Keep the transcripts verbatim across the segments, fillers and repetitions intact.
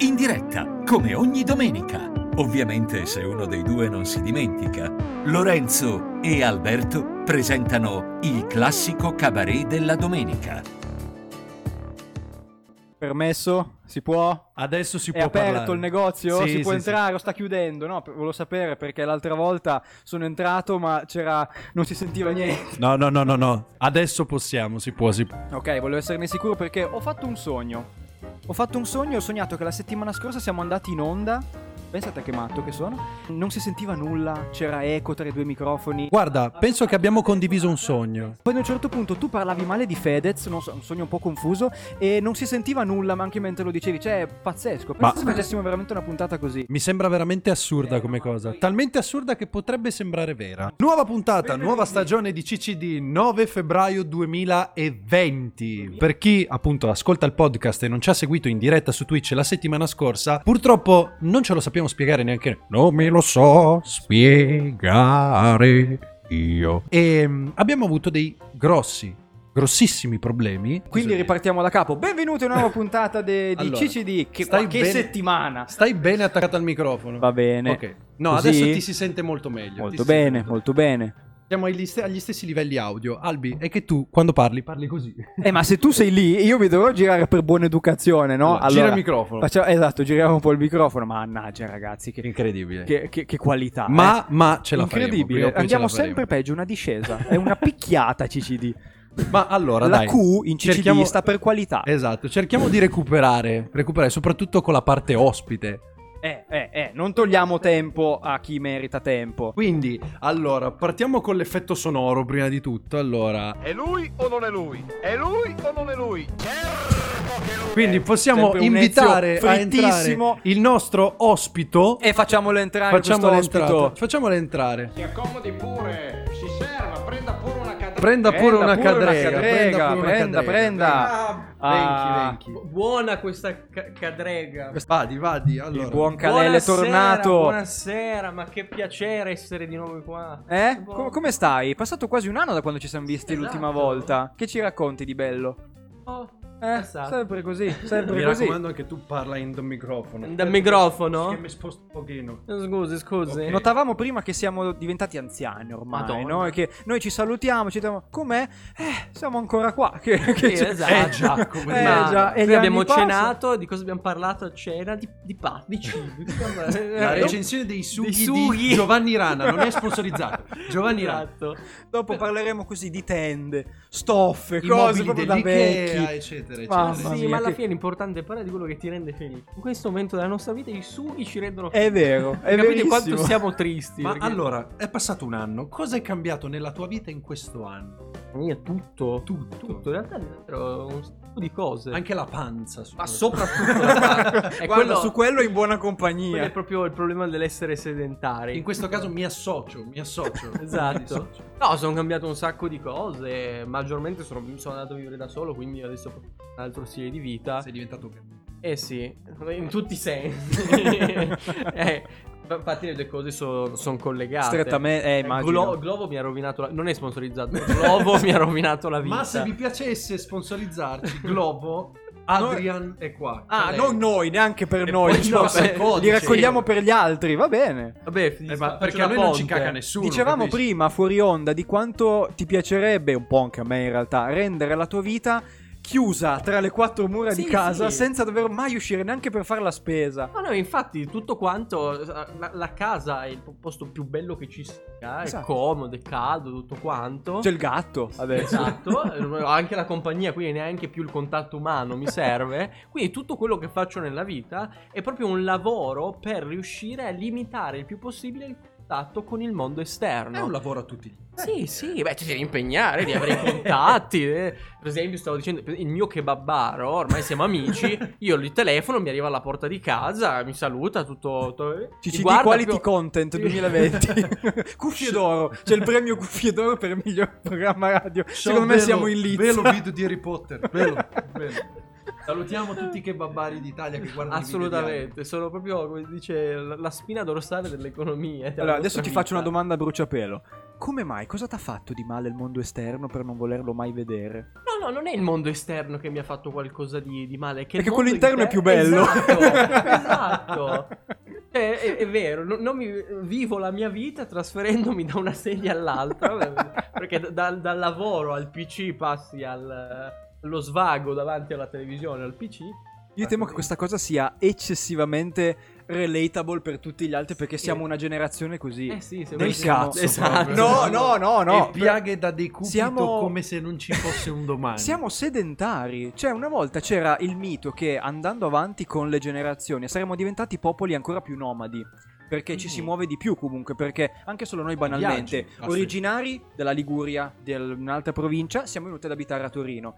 in diretta, come ogni domenica. Ovviamente se uno dei due non si dimentica. Lorenzo e Alberto presentano il classico cabaret della domenica. Permesso? Si può? Adesso si È può aperto parlare. il negozio? Sì, si può sì, entrare sì. o sta chiudendo? No, volevo sapere perché l'altra volta sono entrato ma c'era non si sentiva niente. No, no, no, no, no. Adesso possiamo, si può, si può. Ok, volevo esserne sicuro perché ho fatto un sogno. Ho fatto un sogno, ho sognato che la settimana scorsa siamo andati in onda. Pensate che matto che sono. Non si sentiva nulla, c'era eco tra i due microfoni. Guarda, penso che abbiamo condiviso un sogno. Poi ad un certo punto tu parlavi male di Fedez, non so, un sogno un po' confuso, e non si sentiva nulla, ma anche mentre lo dicevi, cioè è pazzesco. Penso Ma- che facessimo veramente una puntata così. Mi sembra veramente assurda come cosa. Talmente assurda che potrebbe sembrare vera. Nuova puntata, nuova stagione di C C D, nove febbraio duemilaventi. Per chi appunto ascolta il podcast e non ci ha seguito in diretta su Twitch la settimana scorsa, purtroppo non ce lo sappiamo spiegare neanche. Non me lo so spiegare io. E mm, abbiamo avuto dei grossi, grossissimi problemi. Quindi ripartiamo da capo. Benvenuti a una nuova puntata de- di Allora, C C D. Che, stai ma che bene- settimana! Stai bene attaccato al microfono. Va bene. Ok. No, Così? adesso ti si sente molto meglio. Molto Ti si sente bene, molto- molto bene. Siamo agli, st- agli stessi livelli audio. Albi, è che tu quando parli, parli così. Eh, ma se tu sei lì, io mi dovrò girare per buona educazione, no? Allora, gira il microfono. facciamo- esatto, giriamo un po' il microfono. Mannaggia, ragazzi, che, Incredibile. che, che- che qualità. ma, eh. ma ce la faremo. Incredibile. prima o poi Andiamo ce la faremo. sempre peggio, una discesa. È una picchiata C C D. Ma allora, La dai. Q in C C D cerchiamo- sta per qualità. Esatto, cerchiamo di recuperare, recuperare soprattutto con la parte ospite. Eh, eh, eh, non togliamo tempo a chi merita tempo. Quindi, allora, partiamo con l'effetto sonoro prima di tutto. Allora, È lui o non è lui? È lui o non è lui? Certo che lui quindi è. possiamo sempre un invitare Ezio a entrare frittissimo. il nostro ospito. E facciamolo entrare Facciamole questo entrare. ospito. Facciamole entrare. Si accomodi pure, si serva, prenda pure una cadrega. Prenda pure una Prenda pure una cadrega. cadrega, pure una prenda, cadrega. prenda. Ah, Venchi, venchi. Buona questa ca- cadrega. Vadi, vadi. Allora. Il buon Calele è Buonasera, tornato. Buonasera, ma che piacere essere di nuovo qua. Eh? Buon- Com- come stai? È passato quasi un anno da quando ci siamo visti Sì, l'ultima esatto. volta. Che ci racconti di bello? Oh, Eh, passato. sempre così, sempre Mi così. raccomando anche tu parla in dal microfono. Dal microfono? Che mi sposto un pochino. Scusi, scusi. Ok. Notavamo prima che siamo diventati anziani ormai, Madonna. no? E che noi ci salutiamo, ci diciamo, com'è? Eh, siamo ancora qua. Che, che Sì, c'è- esatto. Eh già, come Eh, dire. già, e gli Noi abbiamo anni passano. cenato, di cosa abbiamo parlato a cena? Di, di, pa- di cibo. La recensione dei sughi, Dei sughi. di Giovanni Rana non è sponsorizzato. Giovanni Rana. Esatto. Dopo parleremo così di tende, stoffe, I cose mobili proprio da dell'Ikea, vecchi. eccetera, eccetera. Mamma Sì, mia, ma alla che- fine l'importante è parlare di quello che ti rende felice. In questo momento della nostra vita i sughi ci rendono È vero, è Capite verissimo. quanto siamo tristi? Ma perché- allora, è passato un anno. Cosa è cambiato nella tua vita in questo anno? Io tutto, Tutto. tutto. In realtà davvero un sacco di cose. Anche la panza. Ma soprattutto la panza. È Guarda, quello, su quello in buona quello compagnia. è proprio il problema dell'essere sedentari. In questo caso mi associo, mi associo. Mi Esatto. dissocio. No, sono cambiato un sacco di cose. Maggiormente sono, sono andato a vivere da solo, quindi adesso ho un altro stile di vita. Sei diventato un Eh sì, in tutti i sensi. eh, infatti le due cose sono collegate. Strettamente, eh, immagino. Glo- Glovo mi ha rovinato la... Non è sponsorizzato. Glovo mi ha rovinato la vita. Ma se vi piacesse sponsorizzarci, Globo, Adrian è qua. Ah, Lei. non noi, neanche per E noi. poi ci No, passa il beh, codice. li raccogliamo per gli altri, va bene. Vabbè, Eh, ma faccio perché la a noi non ci ponte. caga nessuno. Dicevamo capisci? prima, fuori onda, di quanto ti piacerebbe, un po' anche a me in realtà, rendere la tua vita chiusa tra le quattro mura Sì, di casa sì. senza dover mai uscire neanche per fare la spesa. No, no, infatti tutto quanto, la, la casa è il posto più bello che ci sia, è Esatto. comodo, è caldo, tutto quanto. C'è il gatto adesso. Esatto, anche la compagnia, quindi neanche più il contatto umano mi serve. Quindi tutto quello che faccio nella vita è proprio un lavoro per riuscire a limitare il più possibile il contatto con il mondo esterno. È un lavoro a tutti gli Sì, sì, beh, ti devi impegnare, di avere i contatti. eh. Per esempio, stavo dicendo, il mio kebabaro, ormai siamo amici. Io gli telefono, mi arriva alla porta di casa, mi saluta, tutto. tutto C C mi D guarda Quality proprio- Content duemilaventi. Cuffie d'oro. C'è il premio Cuffie d'oro per miglior programma radio. Secondo me bello, siamo in Leeds. Bello video di Harry Potter. Bello, bello. Salutiamo tutti i kebabari d'Italia che guardano Assolutamente, sono proprio, come dice, la, la spina dorsale dell'economia. della Allora, adesso nostra ti vita. faccio una domanda a bruciapelo. Come mai? Cosa t'ha fatto di male il mondo esterno per non volerlo mai vedere? No, no, non è il mondo esterno che mi ha fatto qualcosa di, di male. È che Perché il quello mondo interno è più bello. Esatto, esatto. Cioè, è, è vero, non, non mi vivo la mia vita trasferendomi da una sedia all'altra. Perché da- dal lavoro al P C passi al, allo svago davanti alla televisione, al P C. Io temo che questa cosa sia eccessivamente relatable per tutti gli altri perché siamo una generazione così. Eh sì, se Nel vuoi siamo- cazzo. esatto. No, no, no, no. E piaghe da decubito Siamo- come se non ci fosse un domani. Siamo sedentari. Cioè, una volta c'era il mito che andando avanti con le generazioni saremmo diventati popoli ancora più nomadi. Perché ci si muove di più comunque. Perché anche solo noi banalmente, Viaggi. Ah, originari della Liguria, di un'altra provincia, siamo venuti ad abitare a Torino.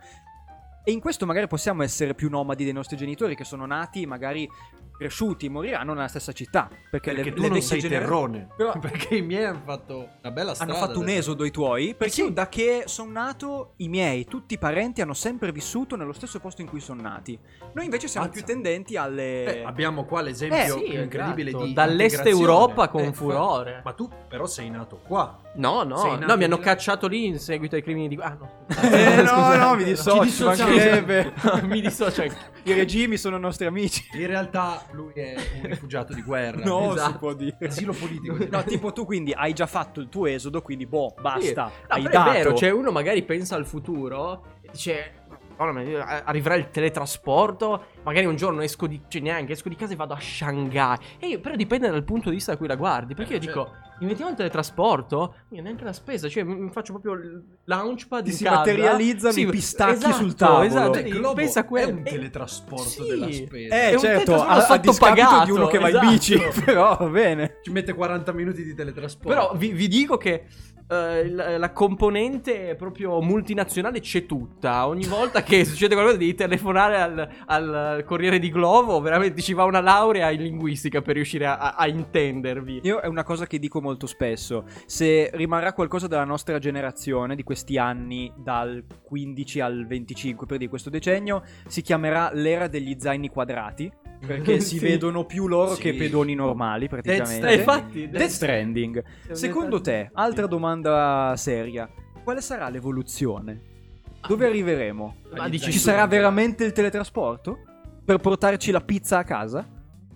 E in questo magari possiamo essere più nomadi dei nostri genitori che sono nati, magari cresciuti, moriranno nella stessa città. Perché, Perché le, tu le non vecchie sei genera- terrone. Però- Perché i miei hanno fatto una bella strada. hanno fatto un adesso. esodo i tuoi. Perché sì. io da che sono nato, i miei, tutti i parenti hanno sempre vissuto nello stesso posto in cui sono nati. Noi invece siamo Mazza. più tendenti alle... Eh, abbiamo qua l'esempio Eh, sì, più incredibile esatto. di Dall'est integrazione. Europa con Eh, furore. Ma tu però sei nato qua. No, no, Sei no, nato mi hanno di là? cacciato lì in seguito ai crimini di... Ah, no. Eh, no, Scusate. no, mi dissocio, Ci dissociamo. mancherebbe. Mi dissocio. I regimi sono nostri amici. In realtà lui è un rifugiato di guerra. No, Esatto. si può dire. Asilo politico. No, tipo tu quindi hai già fatto il tuo esodo, quindi boh, basta. Sì. No, hai però dato. è vero, cioè uno magari pensa al futuro e dice... "Madonna, ma arriverà il teletrasporto, magari un giorno esco di, cioè neanche esco di casa e vado a Shanghai. E io, però dipende dal punto di vista da cui la guardi. Perché Eh, io dico, inventiamo il teletrasporto, io neanche la spesa, cioè mi mi faccio proprio il launchpad Ti in si casa. materializzano i pistacchi esatto, sul tavolo. Esatto, Beh, quindi Globo pensa a è quello. un E- teletrasporto sì. della spesa. Eh, È un certo, teletrasporto a, a discapito sottopagato, di uno che va in esatto. bici, però va bene. Ci mette quaranta minuti di teletrasporto. Però vi, vi dico che eh, la, la componente proprio multinazionale c'è tutta. Ogni volta che succede qualcosa devi telefonare al, al Corriere di Globo. Veramente ci va una laurea in linguistica per riuscire a, a- a intendervi. Io è una cosa che dico molto spesso. Se rimarrà qualcosa della nostra generazione, di questi anni, dal quindici al venticinque, per di questo decennio, si chiamerà l'era degli zaini quadrati. Perché si Sì. vedono più loro Sì. che pedoni normali, praticamente. Eh, infatti, Death Stranding. Secondo te, altra domanda seria, quale sarà l'evoluzione? Dove arriveremo? Ma dici Ci su- sarà veramente il teletrasporto? Per portarci la pizza a casa?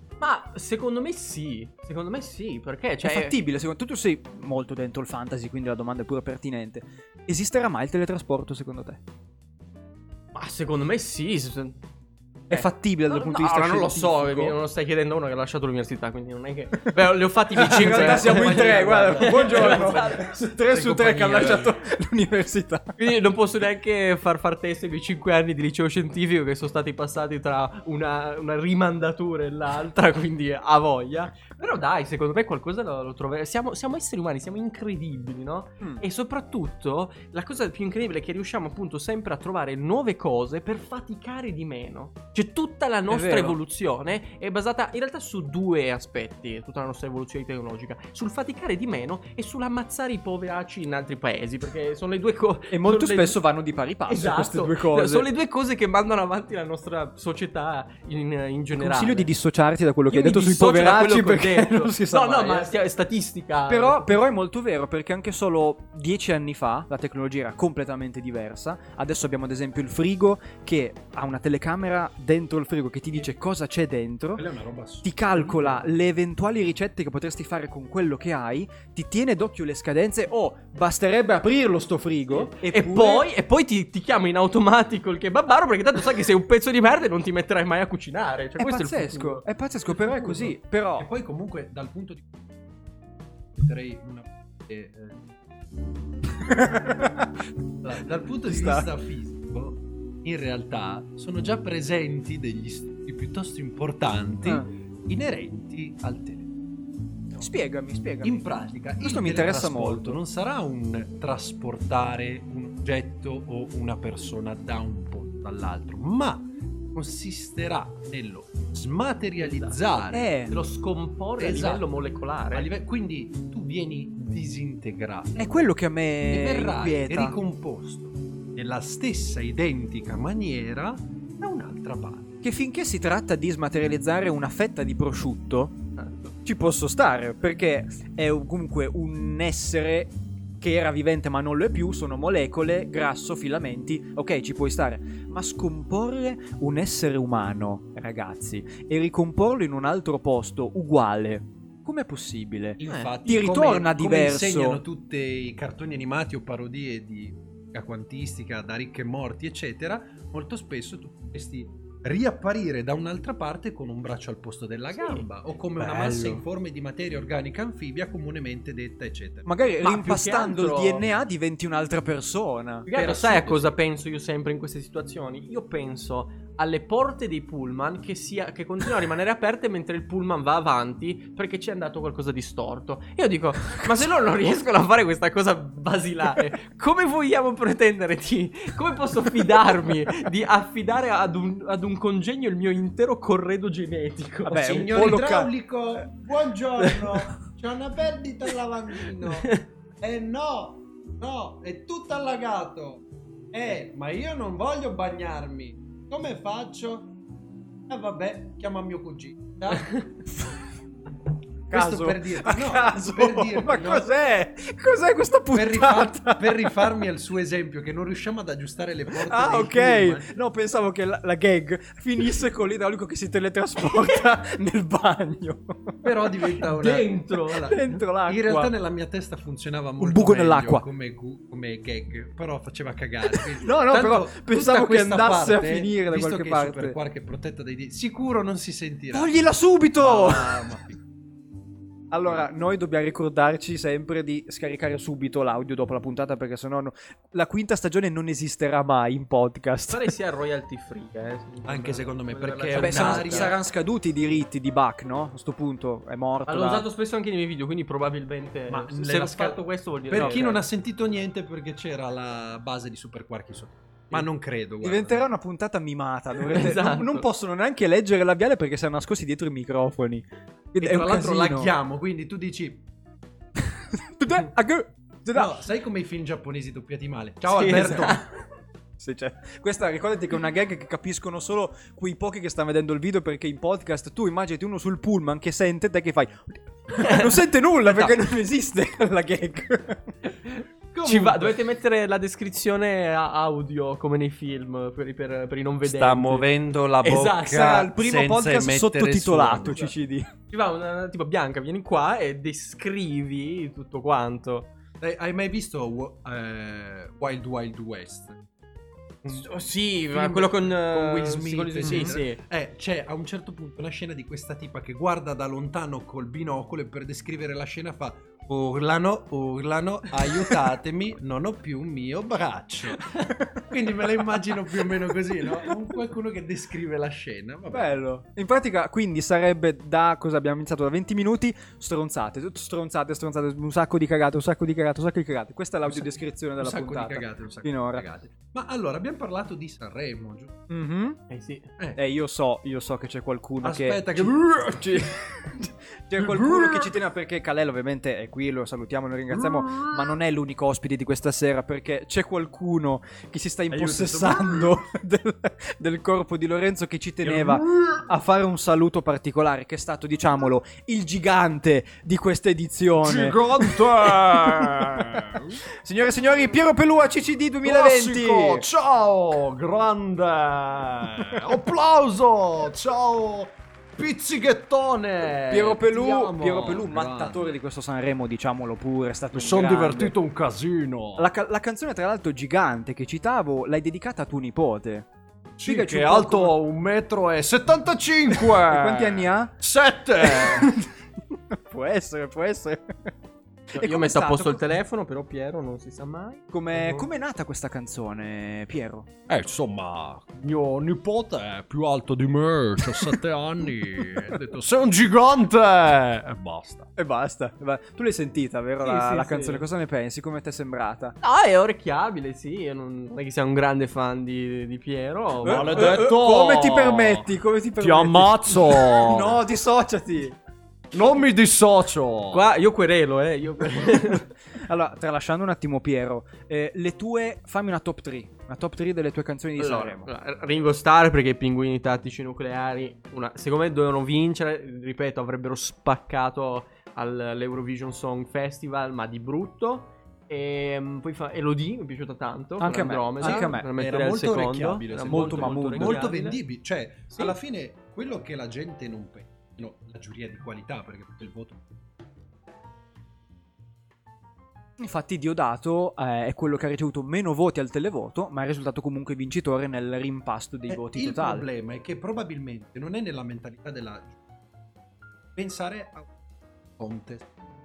Ma secondo me sì. Secondo me sì. Perché? Cioè, È fattibile, secondo te? Tu sei molto dentro il fantasy, quindi la domanda è pure pertinente. Esisterà mai il teletrasporto, secondo te? Ma secondo me sì. se- È fattibile dal No, punto no, di vista non lo so, scientifico? mi- non lo stai chiedendo a uno che ha lasciato l'università, quindi non è che... Beh, le ho fatti i miei In cinque. realtà siamo in tre, guarda, buongiorno. Esatto. Tre su tre che hanno compagnia, lasciato l'università. Quindi non posso neanche far far test ai miei cinque anni di liceo scientifico che sono stati passati tra una, una rimandatura e l'altra, quindi a voglia. Però dai, secondo me qualcosa lo, lo troveremo. Siamo, siamo esseri umani, siamo incredibili, no? Mm. E soprattutto la cosa più incredibile è che riusciamo appunto sempre a trovare nuove cose per faticare di meno. Cioè tutta la nostra vero. evoluzione è basata in realtà su due aspetti, tutta la nostra evoluzione tecnologica, sul faticare di meno e sull'ammazzare i poveracci in altri paesi, perché sono le due cose. E molto spesso vanno di pari passo Esatto, queste due cose. sono le due cose che mandano avanti la nostra società in, in generale. Consiglio di dissociarti da quello che Io hai detto mi sui dissocio da poveracci quello che ho perché detto. non si sa No, no, mai, ma eh. stia- è statistica. Però, però è molto vero perché anche solo dieci anni fa la tecnologia era completamente diversa. Adesso abbiamo ad esempio il frigo che ha una telecamera dentro il frigo che ti dice cosa c'è dentro, Quella è una roba ti calcola le eventuali ricette che potresti fare con quello che hai, ti tiene d'occhio le scadenze. Oh, basterebbe aprirlo sto frigo. E, eppure- poi, e poi ti, ti chiama in automatico il kebabaro perché tanto sai che sei un pezzo di merda e non ti metterai mai a cucinare. Cioè, È questo è il pazzesco, futuro. è pazzesco, però è così. Però E poi comunque dal punto di metterei una eh, eh, dal punto di Sta. vista fisico in realtà sono già presenti degli studi piuttosto importanti Ah. inerenti al telefono. spiegami, spiegami. In pratica Questo il mi interessa teletrasporto molto. non sarà un trasportare un oggetto o una persona da un posto all'altro, ma consisterà nello smaterializzare Eh, Te lo scomporre a Esatto. livello molecolare. a live- quindi tu vieni disintegrato è quello che a e me verrai inquieta. ricomposto nella stessa identica maniera da un altro un'altra parte. Che finché si tratta di smaterializzare una fetta di prosciutto, ci posso stare, perché è comunque un essere che era vivente ma non lo è più, sono molecole, grasso, filamenti, ok, ci puoi stare. Ma scomporre un essere umano, ragazzi, e ricomporlo in un altro posto uguale, com'è possibile? Infatti, ti ritorna come, diverso. come insegnano tutti i cartoni animati o parodie di quantistica da Ricchi e Morti, eccetera, molto spesso tu potresti riapparire da un'altra parte con un braccio al posto della Sì, gamba, o come bello. una massa informe di materia organica anfibia comunemente detta, eccetera. Magari Ma rimpastando più che altro- il D N A diventi un'altra persona. Però Per sai a assurdo, cosa sì. penso io sempre in queste situazioni? Io penso alle porte dei pullman che, sia, che continuano a rimanere aperte mentre il pullman va avanti perché ci è andato qualcosa di storto. Io dico, ma se loro non riescono a fare questa cosa basilare, come vogliamo pretendere di... come posso fidarmi di affidare ad un, ad un congegno il mio intero corredo genetico? Vabbè, Cioè, un Signor po' loca- idraulico, buongiorno. C'è una perdita al lavandino. Eh no, no, è tutto allagato. Eh, ma io non voglio bagnarmi. Come faccio? Eh vabbè, chiama mio cugino. Ah, Caso, questo per dirti, a no, caso. per dirti, ma no? cos'è? Cos'è questa Per, rifar- puntata? per rifarmi al suo esempio, che non riusciamo ad aggiustare le porte Ah, dei ok. pullman. No, pensavo che la, la gag finisse con l'idraulico che si teletrasporta nel bagno. Però diventa una... Dentro. Allora, Dentro l'acqua. in realtà nella mia testa funzionava molto buco meglio nell'acqua. come, gu- come gag, però faceva cagare. Quindi, No, no, tanto però tutta pensavo che questa andasse a parte, finire da visto qualche che parte. Super Quark è protetta dai diritti, sicuro non si sentirà. Toglila subito! Ah, ma- Allora, noi dobbiamo ricordarci sempre di scaricare subito l'audio dopo la puntata, perché sennò no- la quinta stagione non esisterà mai in podcast. Pare sia royalty free, eh. Anche secondo me, Come perché la- è Vabbè, saranno, un'aria- saranno scaduti i diritti di Buck, no? A sto punto è morto. Ma l'ho da- usato spesso anche nei miei video, quindi probabilmente Ma se nella ho sca- fatto questo vuol dire Per no, chi ok. non ha sentito niente, perché c'era la base di Super Quark sotto. Ma non credo, guarda. Diventerà una puntata mimata. dovrete- Esatto. non, non possono neanche leggere il labiale perché sono nascosti dietro i microfoni. E Quindi è tra un l'altro casino. laghiamo, quindi tu dici... No, sai come i film giapponesi doppiati male? Ciao Sì, Alberto! esatto. Sì, cioè, questa ricordati che è una gag che capiscono solo quei pochi che stanno vedendo il video, perché in podcast tu immaginati uno sul pullman che sente te che fai non sente nulla perché non esiste la gag. Ci va, dovete mettere la descrizione a- audio come nei film per, per- per i non vedenti. Sta muovendo la bocca. Esatto, Sarà il primo senza podcast emettere sottotitolato, suono. C C D. Ci va una tipo Bianca, vieni qua e descrivi tutto quanto. Eh, Hai mai visto eh, Wild Wild West? Oh, sì, Film ma quello con, con eh, Will sì, Smith, con- sì, eccetera. sì. Eh, c'è a un certo punto una scena di questa tipa che guarda da lontano col binocolo e per descrivere la scena fa: urlano, urlano, aiutatemi, non ho più un mio braccio. Quindi me la immagino più o meno così, no? Un qualcuno che descrive la scena. Vabbè. Bello. In pratica, quindi sarebbe da cosa abbiamo iniziato da venti minuti, stronzate, tutto stronzate, stronzate, un sacco di cagate, un sacco di cagate, un sacco di cagate. Questa è l'audiodescrizione della un sacco puntata. di cagate, un sacco finora. di cagate. Ma allora, abbiamo parlato di Sanremo, giusto? Mhm. Eh sì. Eh, Eh, io so, io so che c'è qualcuno Aspetta che... che... Ci- C'è qualcuno che ci tiene, perché Kalel ovviamente è qui, lo salutiamo e lo ringraziamo, ma non è l'unico ospite di questa sera, perché c'è qualcuno che si sta impossessando del, del corpo di Lorenzo, che ci teneva a fare un saluto particolare, che è stato, diciamolo, il gigante di questa edizione. Gigante! Signore e signori, Piero Pelù a C C D duemilaventi. Classico, ciao, grande, applauso, ciao, pizzichettone. Piero Pelù, Ti amo. Piero Pelù, Grande. mattatore di questo Sanremo, diciamolo pure, è stato Mi un sono grande. divertito un casino. La, ca- la canzone, tra l'altro, gigante che citavo, l'hai dedicata a tuo nipote. Sì, Spiegaci che è un po' alto come- un metro e settantacinque. Quanti anni ha? Sette. Può essere, può essere. E Io ho com'è messo a stato? posto il telefono, però Piero non si sa mai. Come è nata questa canzone, Piero? Eh, insomma, mio nipote è più alto di me, c'ha sette anni. Ha detto, sei un gigante. E basta. E basta. Va- Tu l'hai sentita, vero? Sì, la, sì, la sì. canzone, cosa ne pensi? Come ti è sembrata? Ah, è orecchiabile, sì. Io non, non è che sia un grande fan di, di Piero. Eh, ma- maledetto! eh, eh, come ti permetti? Come ti permetti? Ti ammazzo. No, dissociati. Non mi dissocio. Qua io querelo, eh. Io querelo. Allora, tralasciando un attimo Piero, eh, le tue, fammi una top tre, una top tre delle tue canzoni di Allora, Sanremo. allora, Ringo Starr, perché i Pinguini Tattici Nucleari, una, secondo me dovevano vincere, ripeto, avrebbero spaccato all'Eurovision Song Festival, ma di brutto. E poi fa Elodie, mi è piaciuta tanto. Anche a me, Andromeda, anche a me. per mettere Era al molto secondo. orecchiabile, Era sì, molto molto, mammut. molto, Molto orecchiabile. vendibile. Cioè, Sì. alla fine, quello che la gente non pensa, no, la giuria di qualità, perché tutto il voto... Infatti Diodato eh, è quello che ha ricevuto meno voti al televoto, ma è risultato comunque vincitore nel rimpasto dei Eh, voti il totali. problema è che probabilmente non è nella mentalità della pensare a un contest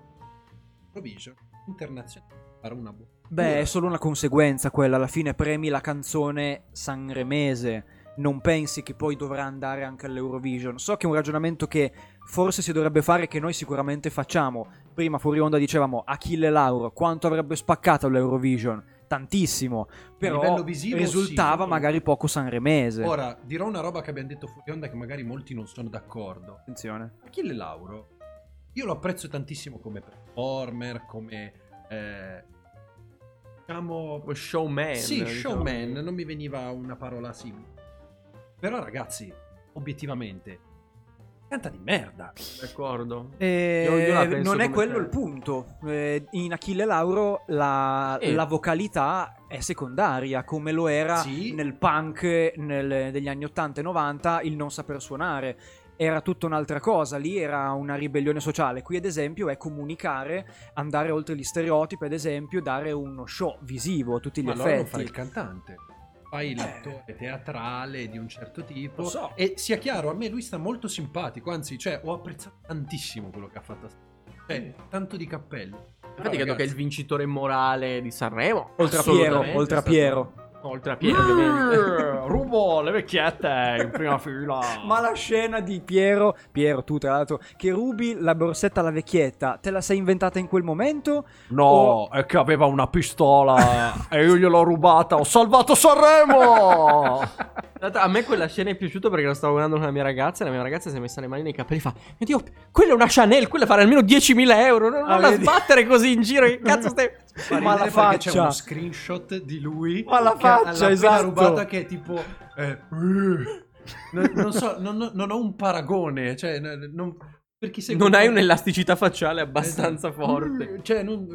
Eurovision internazionale fare una buona. Beh, è solo una conseguenza quella, alla fine premi la canzone sanremese, non pensi che poi dovrà andare anche all'Eurovision. So che è un ragionamento che forse si dovrebbe fare, che noi sicuramente facciamo. Prima fuori onda dicevamo Achille Lauro, quanto avrebbe spaccato l'Eurovision? Tantissimo, però livello visivo, risultava sì. magari poco sanremese. Ora, dirò una roba che abbiamo detto fuori onda che magari molti non sono d'accordo. Attenzione. Achille Lauro, io lo apprezzo tantissimo come performer, come... Eh, diciamo... Showman. Sì, diciamo. showman, non mi veniva una parola simile. Però ragazzi, obiettivamente, canta di merda. D'accordo. Eh, Io- io la penso non è come quello te. il punto. Eh, in Achille Lauro la, Eh. la vocalità è secondaria, come lo era Sì. nel punk nel- degli anni ottanta e novanta il non saper suonare. Era tutta un'altra cosa, lì era una ribellione sociale. Qui ad esempio è comunicare, andare oltre gli stereotipi, ad esempio dare uno show visivo a tutti gli Ma allora non effetti. fai il cantante. Fai l'attore teatrale di un certo tipo. Lo so. E sia chiaro, a me lui sta molto simpatico. Anzi, cioè, ho apprezzato tantissimo quello che ha fatto. Cioè, tanto di cappello. Infatti credo che è il vincitore morale di Sanremo. Oltre a Piero, Assolutamente, oltre a è stato- Piero. Oltre a Piero, ovviamente. Rubo le vecchiette in prima fila. Ma la scena di Piero, Piero tu tra l'altro, che rubi la borsetta alla vecchietta, te la sei inventata in quel momento? No, O- è che aveva una pistola e io gliel'ho rubata. Ho salvato Sanremo! A me quella scena è piaciuta perché la stavo guardando con la mia ragazza e la mia ragazza si è messa le mani nei capelli e fa: mio Dio, quella è una Chanel, quella vale almeno diecimila euro. Non, Ah, non la vedi? sbattere così in giro. Che cazzo stai. Fa Ma la ridere perché c'è faccia. uno screenshot di lui Ma la che faccia, l'ha appena esatto. rubata, che è tipo eh, non, non so, non, non ho un paragone, cioè non, per chi segue Non hai un po'- un'elasticità facciale abbastanza Esatto. forte. Cioè non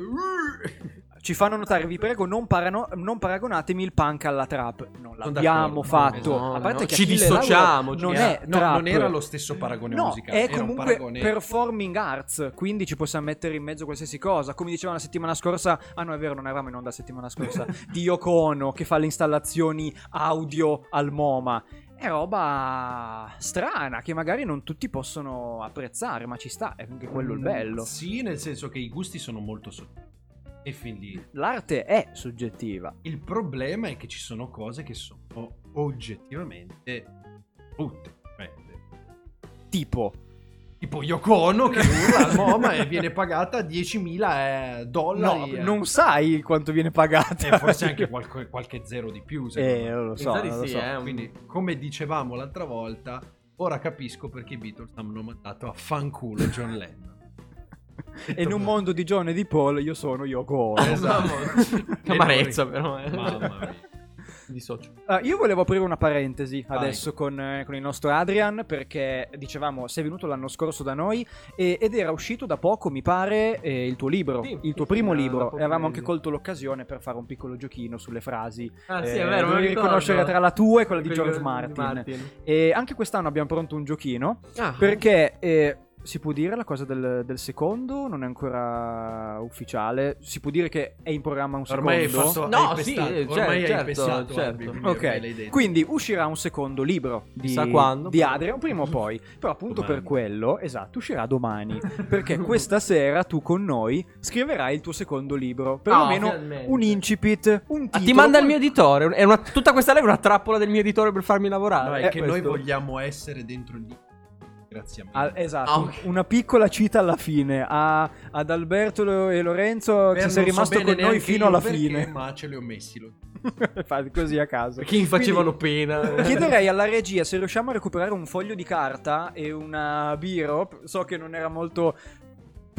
Ci fanno notare, vi prego, non, parano- non paragonatemi il punk alla trap. Non Sono l'abbiamo d'accordo, fatto. no, A parte no, che ci Achille dissociamo, Lauro ci non era- è no, trap. non era lo stesso paragone No, musicale, è era un comunque paragone- performing arts, quindi ci possiamo mettere in mezzo qualsiasi cosa. Come dicevamo la settimana scorsa, ah no è vero, non eravamo in onda la settimana scorsa, di Yoko Ono che fa le installazioni audio al MoMA. È roba strana che magari non tutti possono apprezzare, ma ci sta, è anche quello il bello. Sì, nel senso che i gusti sono molto sottili. E fin lì. L'arte è soggettiva. Il problema è che ci sono cose che sono oggettivamente brutte. Cioè, Tipo, tipo Yoko Ono che urla al MoMA e viene pagata diecimila eh, no, dollari. eh. non sai quanto viene pagata. E forse anche qualche, qualche zero di più, secondo Eh, me. non lo so, Infatti non lo sì, so. eh, un- Quindi, come dicevamo l'altra volta, ora capisco perché i Beatles hanno mandato a fanculo John Lennon. E in un mondo di John e di Paul io sono Yoko Ono. Esatto. Che amarezza, però. Eh. Mamma mia. Di socio. Ah, io volevo aprire una parentesi Vai. adesso con, eh, con il nostro Adrian, perché dicevamo sei venuto l'anno scorso da noi e- ed era uscito da poco, mi pare, eh, il tuo libro, Sì, il tuo sì, primo sì, da libro, poco e avevamo anche mesi. colto l'occasione per fare un piccolo giochino sulle frasi. Ah, sì, Eh, è vero, me lo dovevi ricordo. riconoscere tra la tua e quella di Quello George di Martin. Martin. E anche quest'anno abbiamo pronto un giochino, Ah, perché eh, si può dire la cosa del, del secondo? Non è ancora ufficiale. Si può dire che è in programma un secondo? Ormai hai fatto, No, hai sì, pestato, certo, ormai hai certo, pestato, certo. Albi, quindi ormai l'hai Ok, detto. quindi uscirà un secondo libro di, Chissà quando. di Adrian, prima o poi. Però appunto Domani. per quello, esatto, uscirà domani. Perché questa sera tu con noi scriverai il tuo secondo libro. Perlomeno Ah, finalmente. un incipit, un Ah, titolo. ti manda il poi- mio editore. È una- tutta questa live è una trappola del mio editore per farmi No, lavorare. è Eh, che noi questo. vogliamo essere dentro il Grazie a me. Ah, esatto, Ah, ok. una piccola cita alla fine a- ad Alberto Lo- e Lorenzo Per che sei non so rimasto bene con noi neanche fino io alla perché, fine. ma ce li ho messi. Lo... Fate così a caso. Perché mi facevano Quindi pena. chiederei alla regia se riusciamo a recuperare un foglio di carta e una biro. So che non era molto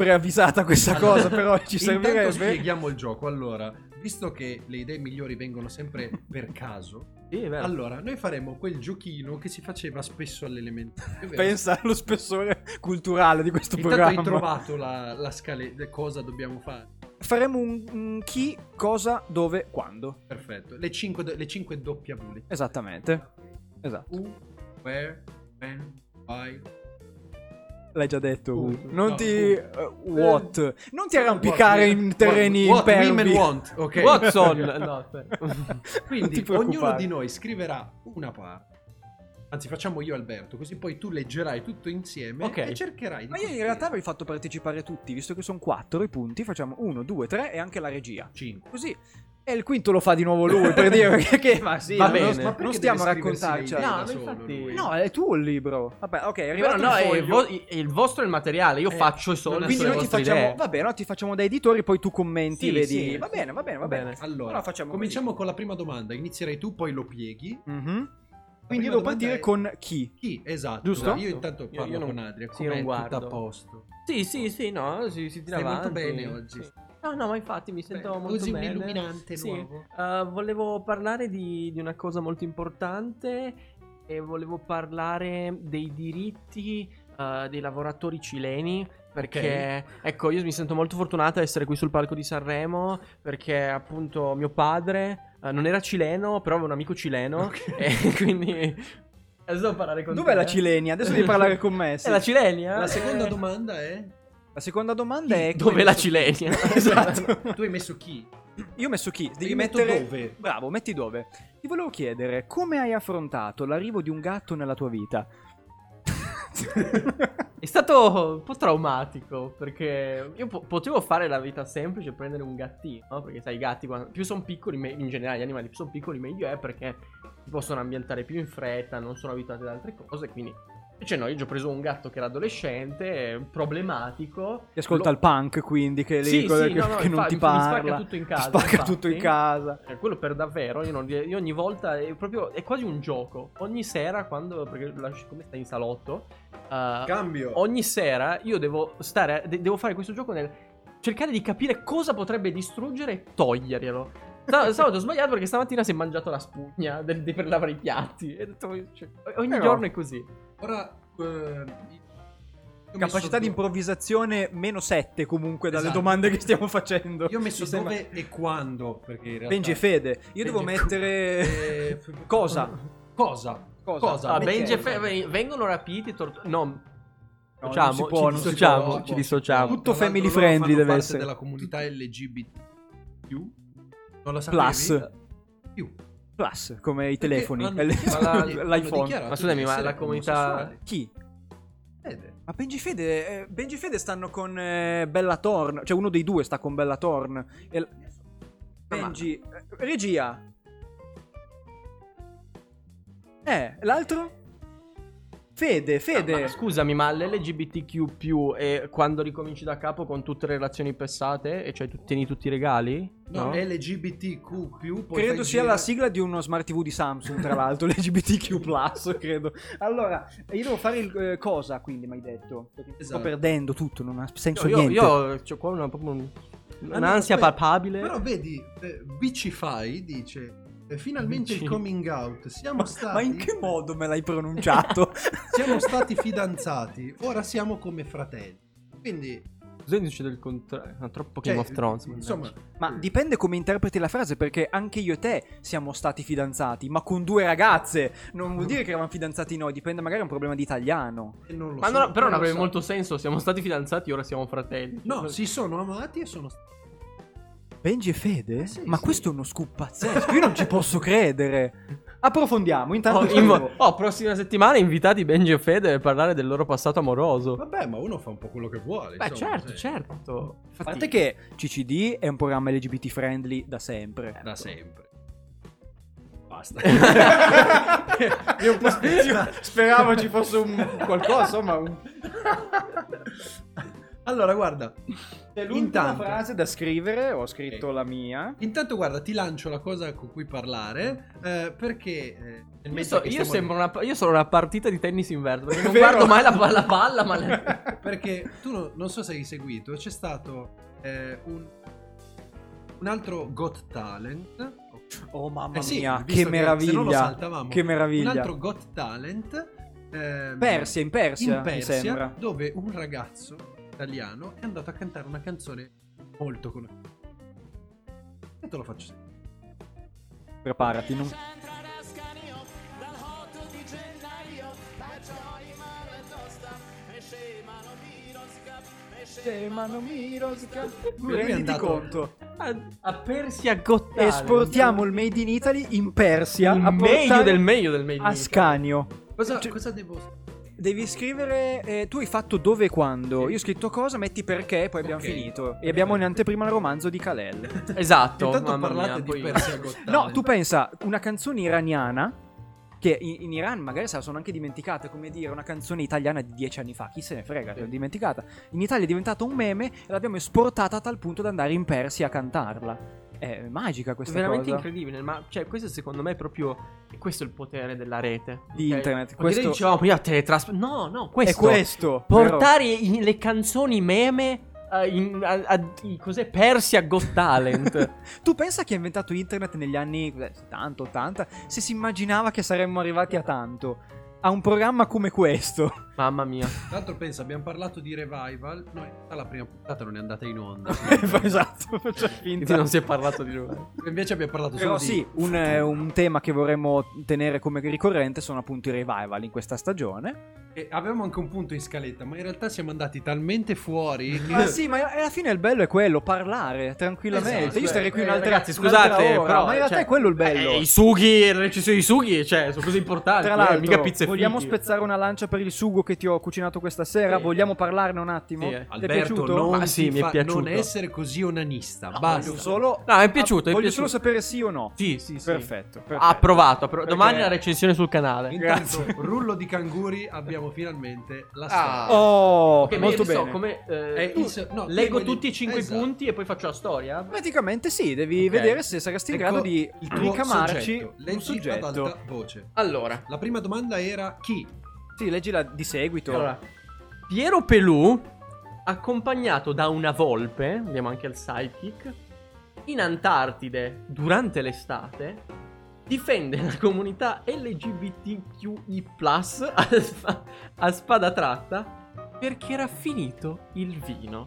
preavvisata questa cosa, però ci Intanto servirebbe. spieghiamo il gioco. Allora, visto che le idee migliori vengono sempre per caso, Sì, è vero. allora noi faremo quel giochino che si faceva spesso all'elementare. ovvero- Pensa allo spessore culturale di questo Intanto programma. hai trovato la, la scaletta, cosa dobbiamo fare. Faremo un, un chi, cosa, dove, quando. Perfetto. Le cinque, le cinque doppia bullet. Esattamente. Esatto. Who, where, when, why. L'hai già detto. Uh, non no, ti uh. uh, what? Non ti arrampicare What- in terreni what, what impervi. women want, ok? Watson! No, aspetta. Quindi ti preoccupare. ognuno di noi scriverà una parte. Anzi, facciamo io Alberto, così poi tu leggerai tutto insieme Ok. e cercherai di Ma io in realtà avrei fatto partecipare tutti, visto che sono quattro i punti, facciamo uno, due, tre e anche la regia. cinque. Così. E il quinto lo fa di nuovo lui, per dire che, che ma sì, Va non- bene. non, Ma perché stiamo a deve scriversi raccontarci. le idee No, da ma solo infatti- lui? No, è tu il libro. Vabbè, ok, è Però arrivato no, il è il, foglio. vo- il vostro è il materiale, io Eh, faccio solo non è Quindi le noi ti vostre facciamo, idee. va bene, no, ti facciamo da editori, poi tu commenti, Sì, vedi. sì. Va bene, va bene, va Va bene. bene. Allora, Allora facciamo cominciamo con la prima domanda. Inizierai tu, poi lo pieghi. Mhm. La Quindi prima devo domanda partire è- con chi? Chi? Esatto. Giusto? Io intanto Io- parlo io non- con Adria. sì, Com'è? non Tutto guardo. a posto. Sì, sì, sì, no, si, si tira Stai molto avanti. bene oggi. Sì. No, no, ma infatti mi sento Beh, molto usi un bene. illuminante Sì. nuovo. Eh, volevo parlare di, di una cosa molto importante e volevo parlare dei diritti eh, dei lavoratori cileni. Perché, ecco, io mi sento molto fortunata ad essere qui sul palco di Sanremo. Perché, appunto, mio padre eh, non era cileno, però aveva un amico cileno. E quindi. Adesso devo parlare con Dov'è te. la Cilenia? Adesso devi parlare con me. sì. È la Cilenia? La seconda Eh, domanda è... La seconda domanda è... Dov'è la Cilenia? Esatto. Tu hai messo chi? Io ho messo chi? Devi Io metto mettere... dove? Bravo, metti dove. Ti volevo chiedere, come hai affrontato l'arrivo di un gatto nella tua vita? È stato un po' traumatico perché io po- potevo fare la vita semplice, prendere un gattino, no? Perché sai, i gatti quando- più sono piccoli, me- in generale gli animali più sono piccoli meglio è, perché si possono ambientare più in fretta, non sono abituati ad altre cose, quindi... Invece no, io ho preso un gatto che era adolescente, problematico. Ti ascolta Lo- il punk, quindi, che, lì, Sì, che, sì, no, no, che non infa- ti mi parla. spacca tutto in casa, Ti spacca infatti. tutto in casa. Eh, quello per davvero, io, non- io ogni volta è proprio, è quasi un gioco. Ogni sera quando, perché la- come stai in salotto, eh, Cambio. ogni sera io devo stare, de- devo fare questo gioco nel cercare di capire cosa potrebbe distruggere e toglierglielo. Sta- Stavolta ho sbagliato perché stamattina si è mangiato la spugna del- de- per lavare i piatti. E ho detto, cioè, ogni Però- giorno è così. Ora... eh, io ho Capacità messo di do- improvvisazione meno sette comunque dalle Esatto. domande che stiamo facendo. Io ho messo Mi sembra- dove e quando, perché in realtà... Benji e Fede. Io devo Benji- mettere... Eh, Cosa? Cosa? Cosa? Cosa? Ah, metti- Benji e Fe- ven- vengono rapiti, torturati. No, No, diciamo, non si può, ci non si dissociamo, può, non ci si dissociamo. Tutto Tra l'altro family loro friendly fanno deve parte essere. della comunità L G B T più. Non lo sapevi? Plus. Più. Plus, come i Perché telefoni. hanno L- dichiarato- hanno L'iPhone. dichiarato Ma scusami, di ma essere la comunità- omosessuali. Chi? Fede. Ma Benji e Fede, eh, Benji e Fede stanno con eh, Bella Thorne. Cioè uno dei due sta con Bella Thorne. E l- Benji... eh, regia. Eh, l'altro? Fede, Fede. Ah, ma scusami, ma l'L G B T Q più è quando ricominci da capo con tutte le relazioni passate e cioè tu tieni tutti i regali? No, L G B T Q più. poi Credo fai sia gira- la sigla di uno smart T V di Samsung, tra l'altro, l'L G B T Q plus, credo. Allora, io devo fare il eh, cosa, quindi, mi hai detto? Perché Esatto. sto perdendo tutto, non ha senso Io, niente. io, io ho qua una, proprio un- Ah, no, un'ansia aspetta, palpabile. Però vedi, eh, Bicify dice eh, finalmente Bici. il coming out. Siamo ma, stati ma in che modo me l'hai pronunciato? Siamo stati fidanzati, ora siamo come fratelli. Quindi Cosa dice del contrario? No, troppo cioè, Game of Thrones. insomma, Ma dipende come interpreti la frase, perché anche io e te siamo stati fidanzati, ma con due ragazze. Non vuol dire che eravamo fidanzati noi, dipende magari è un problema di italiano. eh, non lo Ma so, no, però non lo avrebbe so. molto senso. Siamo stati fidanzati, ora siamo fratelli. No, si sono amati e sono stati. Benji e Fede? Eh sì, ma sì. questo è uno scoop pazzesco, io non ci posso credere. Approfondiamo, intanto... Oh, scrivo. in- oh, prossima settimana invitati Benji e Fede per parlare del loro passato amoroso. Vabbè, ma uno fa un po' quello che vuole. Beh, insomma, certo, sì. certo. A parte che C C D è un programma L G B T friendly da sempre. Da sempre. Basta. Io un po' sper- speravo ci fosse un qualcosa, insomma, un... Allora, guarda. C'è l'ultima Intanto- frase da scrivere, ho scritto Ok. la mia. Intanto, guarda, ti lancio la cosa con cui parlare. eh, perché. eh, nel Io, mentre so- che io stiamo- sembro una, io sono una partita di tennis inverso. Perché non Vero? guardo mai la, la palla, ma le- Perché tu no- non so se hai seguito, c'è stato eh, un, un altro Got Talent. Oh mamma Eh sì, mia, visto che se no lo meraviglia. saltavamo. Che meraviglia. Un altro Got Talent. ehm, Persia, in Persia, in Persia, mi sembra. dove un ragazzo italiano è andato a cantare una canzone molto conosciuta. E te lo faccio sentire. Preparati, non... Lui è Renditi andato- conto. a, a Persia Got Talent. Esportiamo il Made in Italy in Persia il a meglio portare del meglio del meglio. a Scanio. Cosa, Cioè- cosa devo... Devi scrivere, eh, tu hai fatto dove e quando, io ho scritto cosa, metti perché, poi abbiamo Ok. finito. E abbiamo in anteprima il romanzo di Kalel. Esatto. Intanto mamma parlate mia, di poi- Persia Got Talent. No, tu pensa, una canzone iraniana, che in, in Iran magari se la sono anche dimenticata, come dire, una canzone italiana di dieci anni fa, chi se ne frega, se l'ho dimenticata. In Italia è diventata un meme e l'abbiamo esportata a tal punto da andare in Persia a cantarla. È magica È questa veramente cosa. incredibile, ma cioè questo secondo me è proprio questo è il potere della rete Di ok? internet, Perché questo- noi dicevamo prima teletrasport. No, no, È questo questo. portare i- le canzoni meme eh, in, a, a- i- cos'è Persia Got Talent. Però- Tu pensa chi ha inventato internet negli anni eh, settanta ottanta? Se si immaginava che saremmo arrivati a tanto. A un programma come questo. Mamma mia. Tra l'altro pensa, abbiamo parlato di revival. Noi la prima puntata non è andata in onda. Esatto, faccio Quindi finta. non si è parlato di lui. Invece abbiamo parlato Però solo sì, di... un, eh, un tema che vorremmo tenere come ricorrente sono appunto i revival in questa stagione. E avevamo anche un punto in scaletta, ma in realtà siamo andati talmente fuori che... Ma sì, ma alla fine il bello è quello, parlare tranquillamente. Esatto, Io starei qui Eh, un'altra ragazzi, un'altra scusate, ora, però, ma in realtà cioè, è quello il bello. eh, I sughi, le recensioni di sughi, cioè, sono cose importanti. Tra eh, l'altro, mica pizze vogliamo fichi. spezzare una lancia per il sugo che ti ho cucinato questa sera? Sì. Vogliamo parlarne un attimo? Sì, eh. Ti è Alberto, piaciuto? non, Ma sì, ti mi è fa- piaciuto. non essere così onanista. Voglio Basta. solo... No, mi è piaciuto, mi è Voglio piaciuto. solo sapere sì o no. Sì, sì, sì. Perfetto. perfetto. Ha approvato. appro- Perché- Domani la recensione sul canale. Intanto, rullo di canguri, abbiamo finalmente la storia. Ah. Oh, Ok, molto ma io bene. so come eh, È tu- il- no, leggo prima di- tutti i cinque esatto. punti e poi faccio la storia. Praticamente sì, devi Ok. vedere se saresti in Ecco grado di il tuo ricamarci soggetto. un Leggi ad soggetto. alta voce. Allora, La prima domanda era chi? Sì, leggila di seguito. allora, Piero Pelù, accompagnato da una volpe, andiamo anche al sidekick, in Antartide durante l'estate, difende la comunità L G B T Q I plus a, spa- a spada tratta perché era finito il vino.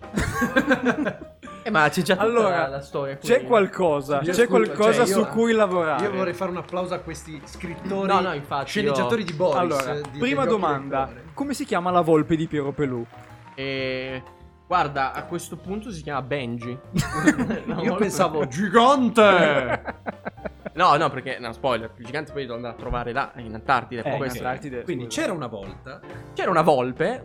eh, ma c'è già tutta Allora, la, la storia qui. C'è qualcosa, Io c'è scusa, qualcosa cioè, io- su cui lavorare. Io vorrei fare un applauso a questi scrittori, No, no, infatti, sceneggiatori io- di Boris. Allora, eh, di- prima degli occhi domanda. del cuore. Come si chiama la volpe di Piero Pelù? E... Guarda, a questo punto si chiama Benji. No, Io pensavo gigante. No, no, perché no, spoiler, il gigante poi lo andrà a trovare là in Antartide, Eh, poi in questo- Antartide. Quindi scusa. c'era una volta. C'era una volpe.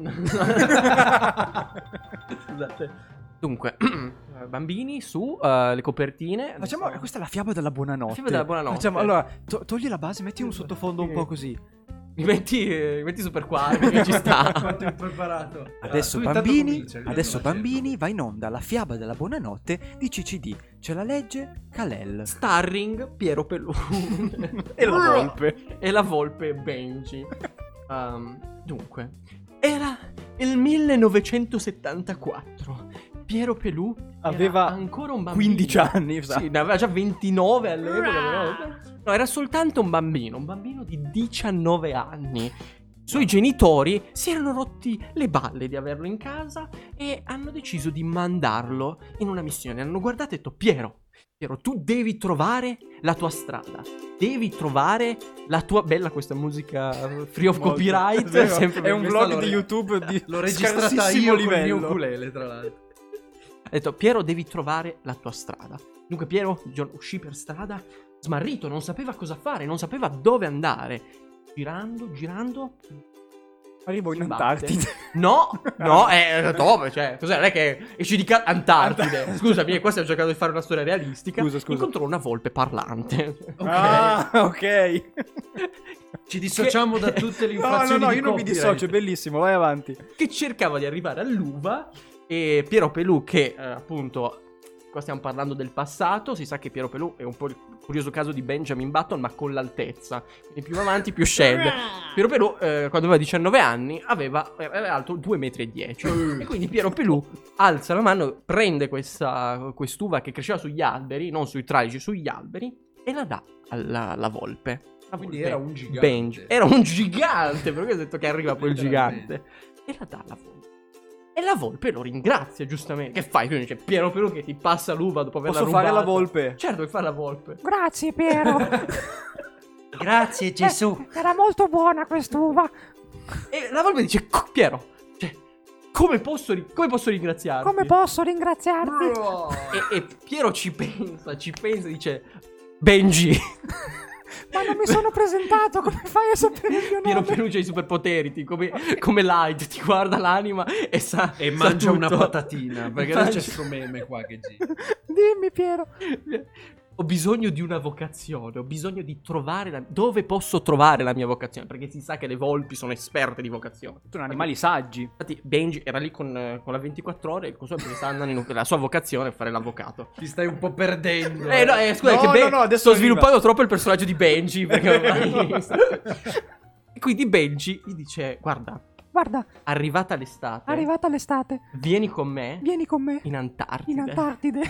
Scusate. Dunque, bambini su eh, le copertine. Facciamo, Adesso- questa è la fiaba della buonanotte. La fiaba della buonanotte. Facciamo, allora, to- togli la base, metti un sottofondo un po' così. Mi metti, eh, mi metti super quark che ci sta. Quanto è preparato. Adesso Ah, tu intanto bambini, comincia, intanto adesso la cerco. bambini, va in onda la fiaba della buonanotte di C C D. Ce la legge Kalel. Starring Piero Pelù. E la volpe. E la volpe Benji. Um, dunque, era il millenovecentosettantaquattro. Piero Pelù Aveva era ancora un bambino. quindici anni, sa. Sì, ne aveva già ventinove all'epoca. però- No, era soltanto un bambino, un bambino di diciannove anni. I suoi genitori si erano rotti le balle di averlo in casa e hanno deciso di mandarlo in una missione. Hanno guardato e detto: Piero, Piero, tu devi trovare la tua strada. Devi trovare la tua... Bella questa musica free of Molto. copyright. È vero, sempre è un questa vlog l'ho- di YouTube di L'ho registrata scarsissimo io con il mio livello. ukulele, tra l'altro. Ha detto: Piero, devi trovare la tua strada. Dunque Piero un giorno uscì per strada smarrito, non sapeva cosa fare, non sapeva dove andare. Girando, girando, Arrivo in si batte. Antartide. No, no, eh, dove? Cioè, cos'è? Non è che esci di casa Antartide. Scusami, qua stiamo cercando di fare una storia realistica. Scusa, scusa. Incontrò una volpe parlante. Ah, ok. Ci dissociamo da tutte le No, no, infrazioni no, di io non mi copyright. dissocio, è bellissimo, vai avanti. Che cercava di arrivare all'uva e Piero Pelù che eh, appunto, qua stiamo parlando del passato, si sa che Piero Pelù è un po' il curioso caso di Benjamin Button ma con l'altezza, quindi più avanti più scende. Piero Pelù eh, quando aveva diciannove anni aveva, era alto due virgola dieci metri e quindi Piero Pelù alza la mano, prende questa quest'uva che cresceva sugli alberi, non sui tralicci, sugli alberi, e la dà alla, alla volpe. La Quindi volpe era un gigante. Benji. Era un gigante, perché ho detto che arriva poi il gigante. E la dà alla volpe. E la volpe lo ringrazia, giustamente. Che fai? Quindi c'è Piero Pelù che ti passa l'uva dopo averla Posso rubata. fare la volpe? Certo che fa la volpe. Grazie Piero. Grazie Gesù. Eh, era molto buona quest'uva. E la volpe dice, "Co- Piero, cioè, come posso, ri- come posso ringraziarti?" Come posso ringraziarti? E, e Piero ci pensa, ci pensa e dice, Benji. Ma non mi sono presentato, come fai a sapere il mio Piero nome? Pelù c'ha i superpoteri, come, come Light, ti guarda l'anima e sa E sa mangia una tutto. patatina, perché Mangia- non c'è sto meme qua che gira. Dimmi Piero. Ho bisogno di una vocazione, ho bisogno di trovare la... dove posso trovare la mia vocazione, perché si sa che le volpi sono esperte di vocazione. Sono animali saggi. Infatti Benji era lì con, eh, con la ventiquattro ore e con sua in la sua vocazione è fare l'avvocato. Ti stai un po' perdendo. Eh no, eh, scusa, No, che no, Ben- no, adesso sto arriva. sviluppando troppo il personaggio di Benji, perché ormai... E quindi Benji gli dice, guarda, Guarda, arrivata l'estate, arrivata l'estate. vieni con me Vieni con me in Antartide. in Antartide.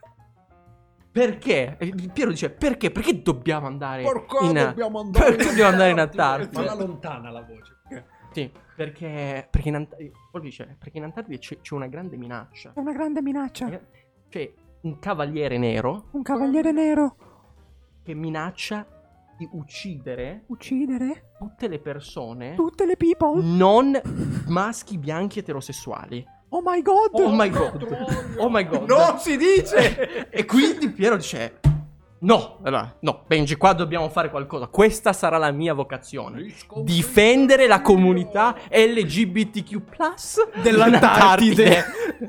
Perché? E Piero dice, perché? Perché dobbiamo andare Perché in... dobbiamo andare Perché dobbiamo andare in Antartide? Falla lontana la voce. Sì, perché... Perché in Antartide... Poi dice, perché in Antartide c'è, c'è una grande minaccia. È una grande minaccia. C'è un cavaliere nero Un cavaliere nero. che minaccia di uccidere Uccidere tutte le persone tutte le people. non maschi bianchi eterosessuali. Oh my god. Oh my god. Oh my god. Non si dice! E quindi Piero dice, no, allora, no, Benji, qua dobbiamo fare qualcosa. Questa sarà la mia vocazione. Difendere la comunità L G B T Q plus Dell'Antartide.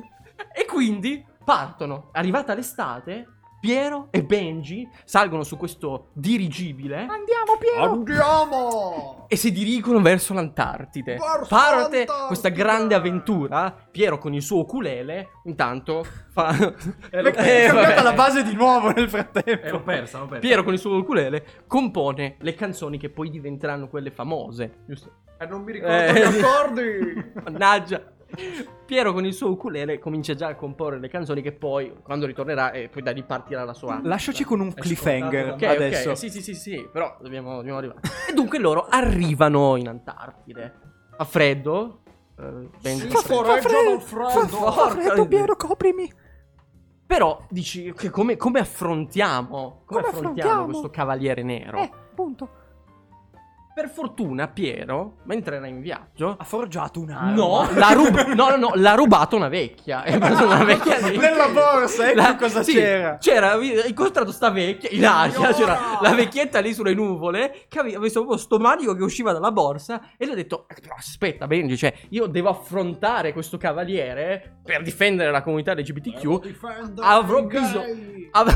E quindi partono. Arrivata l'estate, Piero e Benji salgono su questo dirigibile Andiamo Piero. Andiamo! e si dirigono verso l'Antartide. Verso Parte l'Antartide! questa grande avventura. Piero con il suo ukulele intanto fa... Eh, l'ho Eh, persa, vabbè. la base di nuovo nel frattempo. Eh, l'ho persa, l'ho persa. Piero con il suo ukulele compone le canzoni che poi diventeranno quelle famose, giusto? Eh, non mi ricordo Eh, gli accordi. Mannaggia. Piero con il suo ukulele comincia già a comporre le canzoni che poi, quando ritornerà, e poi da lì partirà la sua... Lasciaci con un È cliffhanger scontato Ok, adesso. ok, sì, sì, sì, sì, però dobbiamo, dobbiamo arrivare. E dunque loro arrivano in Antartide. Fa freddo. Eh, Benji Sì, fa freddo. Fa freddo. freddo. Fa, fa Porca freddo miseria. Piero, coprimi. Però dici, che come, come affrontiamo? Come, Come affrontiamo affrontiamo? questo cavaliere nero? Eh, punto. Per fortuna Piero, mentre era in viaggio, Ha forgiato un'arma. no, l'ha rub- no, no, no, l'ha rubato una vecchia. È preso una vecchia lì. Nella borsa, ecco La- cosa sì, c'era. C'era, hai incontrato sta vecchia in aria. C'era la vecchietta lì sulle nuvole che aveva visto proprio sto manico che usciva dalla borsa. E lui ha detto: "Eh, però aspetta, Benji, cioè, io devo affrontare questo cavaliere per difendere la comunità L G B T Q. Avrò bisogno. Avrò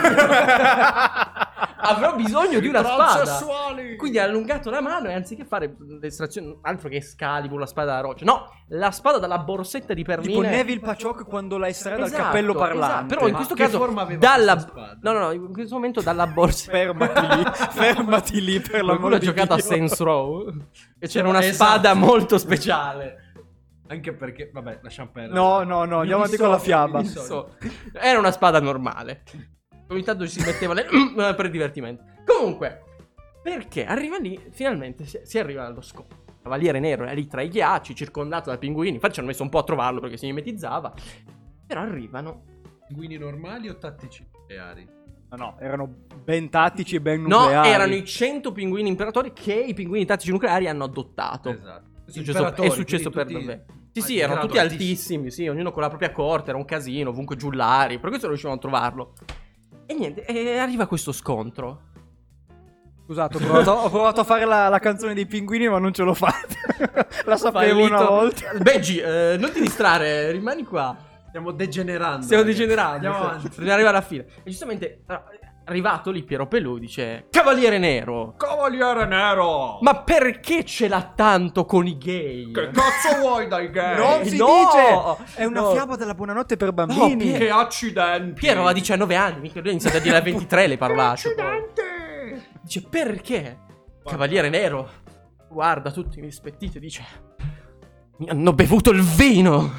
bisogno. Avrò bisogno di una spada. Quindi ha allungato la mano e anziché fare l'estrazione, altro che Excalibur, la spada da roccia, no, la spada dalla borsetta di perline. Tipo Neville Paciok quando la estrae dal Esatto, cappello esatto. parlante. Però in Ma questo che caso forma aveva dalla questa spada? no no no in questo momento dalla borsa Fermati lì, fermati lì per qualcuno l'amore ha di giocato a Dio. Saints Row e c'era una Esatto. spada molto speciale. Anche perché, vabbè, lasciamo perdere. No, no, no, andiamo avanti con la fiaba. mi dissocio. So, era una spada normale. Ogni tanto ci si metteva le per il divertimento. Comunque, perché arriva lì, finalmente si, si arriva allo scopo. Il Cavaliere Nero è lì tra i ghiacci, circondato da pinguini. Infatti ci hanno messo un po' a trovarlo perché si mimetizzava. Però arrivano. Pinguini normali o tattici nucleari? No, no, erano ben tattici e ben No, nucleari. erano i cento pinguini imperatori che i pinguini tattici nucleari hanno adottato. Esatto. È successo, è successo per davvero. Sì, sì, erano tutti altissimi, sì, ognuno con la propria corte, era un casino, ovunque giullari, per questo non riuscivano a trovarlo. E niente, e arriva questo scontro. Scusate, ho provato, ho provato a fare la, la canzone dei pinguini, ma non ce l'ho fatta. La sapevo una Fallito. volta. Benji, eh, non ti distrarre, rimani qua. Stiamo degenerando. Stiamo ragazzi. degenerando. Andiamo cioè, avanti. Dobbiamo arrivare alla fine. E giustamente, allora, Arrivato lì Piero Pelù dice: Cavaliere Nero, Cavaliere Nero! ma perché ce l'ha tanto con i gay? Che cazzo vuoi dai gay? Non si no! dice! È una No. fiaba della buonanotte per bambini. No, Piero- Che accidenti! Piero aveva diciannove anni, mica lui ha iniziato a dire a ventitré le parolacce. poi. Accidenti! Dice: perché? Cavaliere Nero guarda tutti rispettiti e dice: mi hanno bevuto il vino.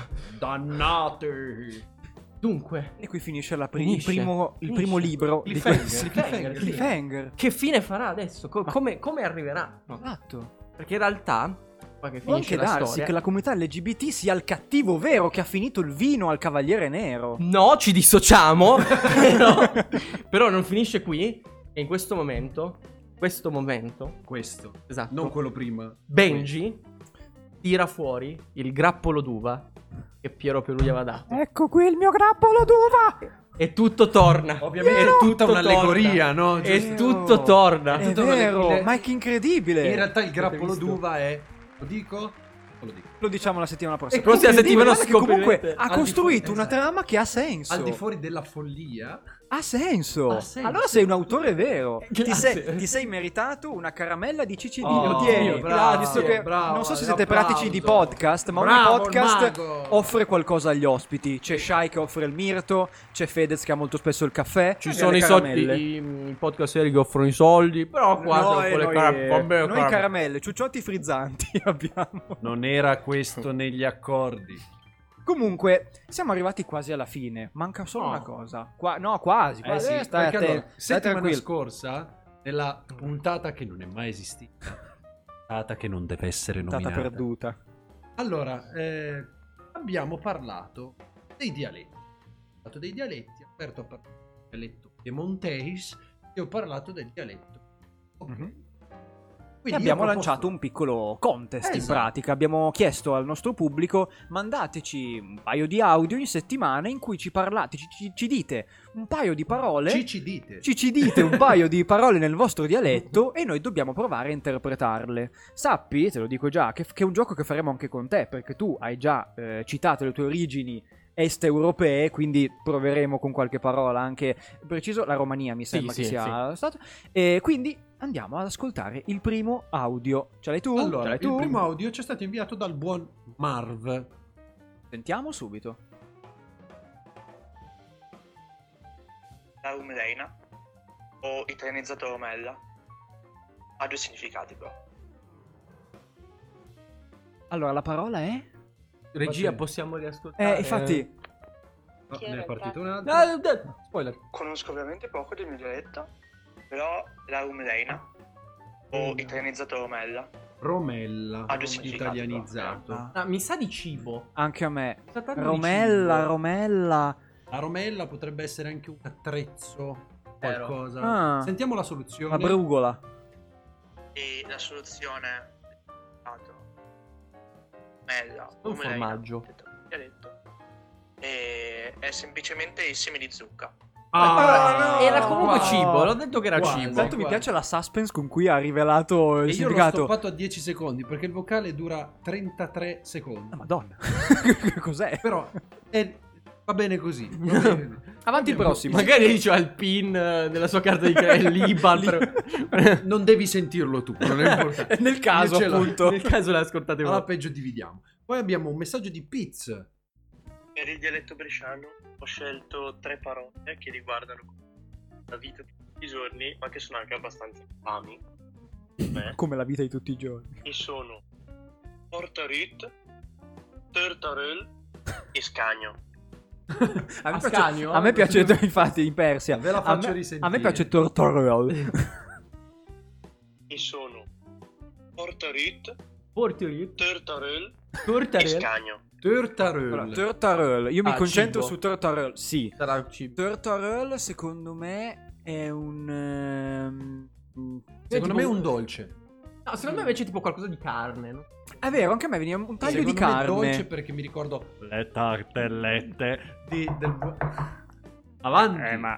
Dannati! Dunque, E qui finisce, la pri- Finisce. il, primo, il Finisce. primo libro di Cliffhanger. questo- Cliffhanger. Cliffhanger. che fine farà adesso? Co- come, come arriverà? No. Esatto. Perché in realtà, poi che Può finisce anche la darsi storia, che la comunità L G B T sia il cattivo vero che ha finito il vino al Cavaliere Nero. no, ci dissociamo. però, però non finisce qui. E in questo momento, questo momento, Questo, esatto, non quello prima. Benji tira fuori il grappolo d'uva che Piero Pelù gli aveva dato. Ecco qui il mio grappolo d'uva. E tutto torna. Ovviamente E è tutta tutto un'allegoria, torna. no? E Giusto? tutto torna. È tutto vero, le- ma è che incredibile. In realtà il grappolo visto? d'uva è... Lo dico? Non lo dico. Lo diciamo la settimana prossima. E prossima settimana Guarda che comunque scoprirete. ha Al di costruito fuori- una esatto. trama che ha senso. Al di fuori della follia... Ha senso. Ha senso. Allora sei un autore vero. Ti Grazie. sei, ti sei meritato una caramella di Cicilino. Oh, Tieni, bravo, visto che bravo, non so se un siete applauso. pratici di podcast, ma Bravo, ogni podcast il mago. offre qualcosa agli ospiti. C'è Shai che offre il mirto, c'è Fedez che ha molto spesso il caffè. Ci e sono le i soldi, caramelle. i, i podcast seri che offrono i soldi, però qua sono Noi, quelle noi, cara- vabbè, noi cara- caramelle, ciucciotti frizzanti abbiamo. Non era questo negli accordi. Comunque, siamo arrivati quasi alla fine. Manca solo Oh. una cosa. Qua- no, quasi. Eh quasi. sì, Eh, stai perché a te- allora, stai settimana tranquillo. scorsa, nella puntata che non è mai esistita, puntata che non deve essere Puntata nominata, perduta. allora, eh, abbiamo parlato dei dialetti. Ho parlato dei dialetti, ho aperto a parlare del dialetto piemontese e ho parlato del dialetto. Mhm. E Quindi abbiamo io ho proposto- lanciato un piccolo contest in Esatto. pratica. Abbiamo chiesto al nostro pubblico: mandateci un paio di audio in settimana in cui ci parlate, ci, ci- ci dite un paio di parole. Ci ci dite. Ci ci dite un paio di parole nel vostro dialetto e noi dobbiamo provare a interpretarle. Sappi, te lo dico già, che, che è un gioco che faremo anche con te, perché tu hai già eh, citato le tue origini est-europee, quindi proveremo con qualche parola anche preciso la Romania, mi sembra sì, che sia stato. E quindi andiamo ad ascoltare il primo audio. Ce l'hai tu? Ce Allora, l'hai il tu? primo audio ci è stato inviato dal buon Marv. Sentiamo subito. La rumelena o italianizzato romella ha due significati però. Allora, la parola è? Regia, Sì. possiamo riascoltare? Eh, infatti... No, Chi è ne è in partito un realtà? altro. Ah, eh, spoiler. Conosco ovviamente poco del mio dialetto, però la rumelena o italianizzato romella Romella, Ha due significati, italianizzato. Ah, Ah, mi sa di cibo. anche a me. Mi sa tanto di Romella, cibo. Romella. La romella potrebbe essere anche un attrezzo, Vero. qualcosa. Ah. Sentiamo la soluzione. Una brugola. e la soluzione è romella Un rumelena, formaggio. detto in dialetto, e è semplicemente il seme di zucca. Ah, no! Era comunque Wow. cibo, l'ho detto che era Guarda, cibo. Tanto mi guarda. piace la suspense con cui ha rivelato il E io l'ho significato. stoppato a dieci secondi perché il vocale dura trentatré secondi. Ah, Madonna. Cos'è? Però è- va bene così. Va bene. Avanti il prossimo. Magari dice al pin eh, della sua carta di credito, l'I B A N. per- Non devi sentirlo tu, non è importante. Nel caso, Io ce l'ho. appunto. Nel caso le ascoltate voi. Alla peggio dividiamo. Poi abbiamo un messaggio di Piz. Per il dialetto bresciano ho scelto tre parole che riguardano la vita di tutti i giorni, ma che sono anche abbastanza infami. Beh, Come la vita di tutti i giorni. e sono portarit, tertarel e scagno. A me piace, Ascanio? a me piace infatti in Persia. Ve la A faccio me- risentire. A me piace tortorel. E sono portarit, Porti tertarel e Tortare. scagno. Turtarel. Allora, tortarel. Io mi Ah, concentro cibo. su tortarel. Sì. Sarà il cibo. Tortarel secondo me è un... ehm, Secondo tipo- me è un dolce. No, secondo me invece è tipo qualcosa di carne, no? È vero, anche a me veniva un taglio Secondo di me è carne. dolce perché mi ricordo le tartellette di, del... Avanti. Eh, ma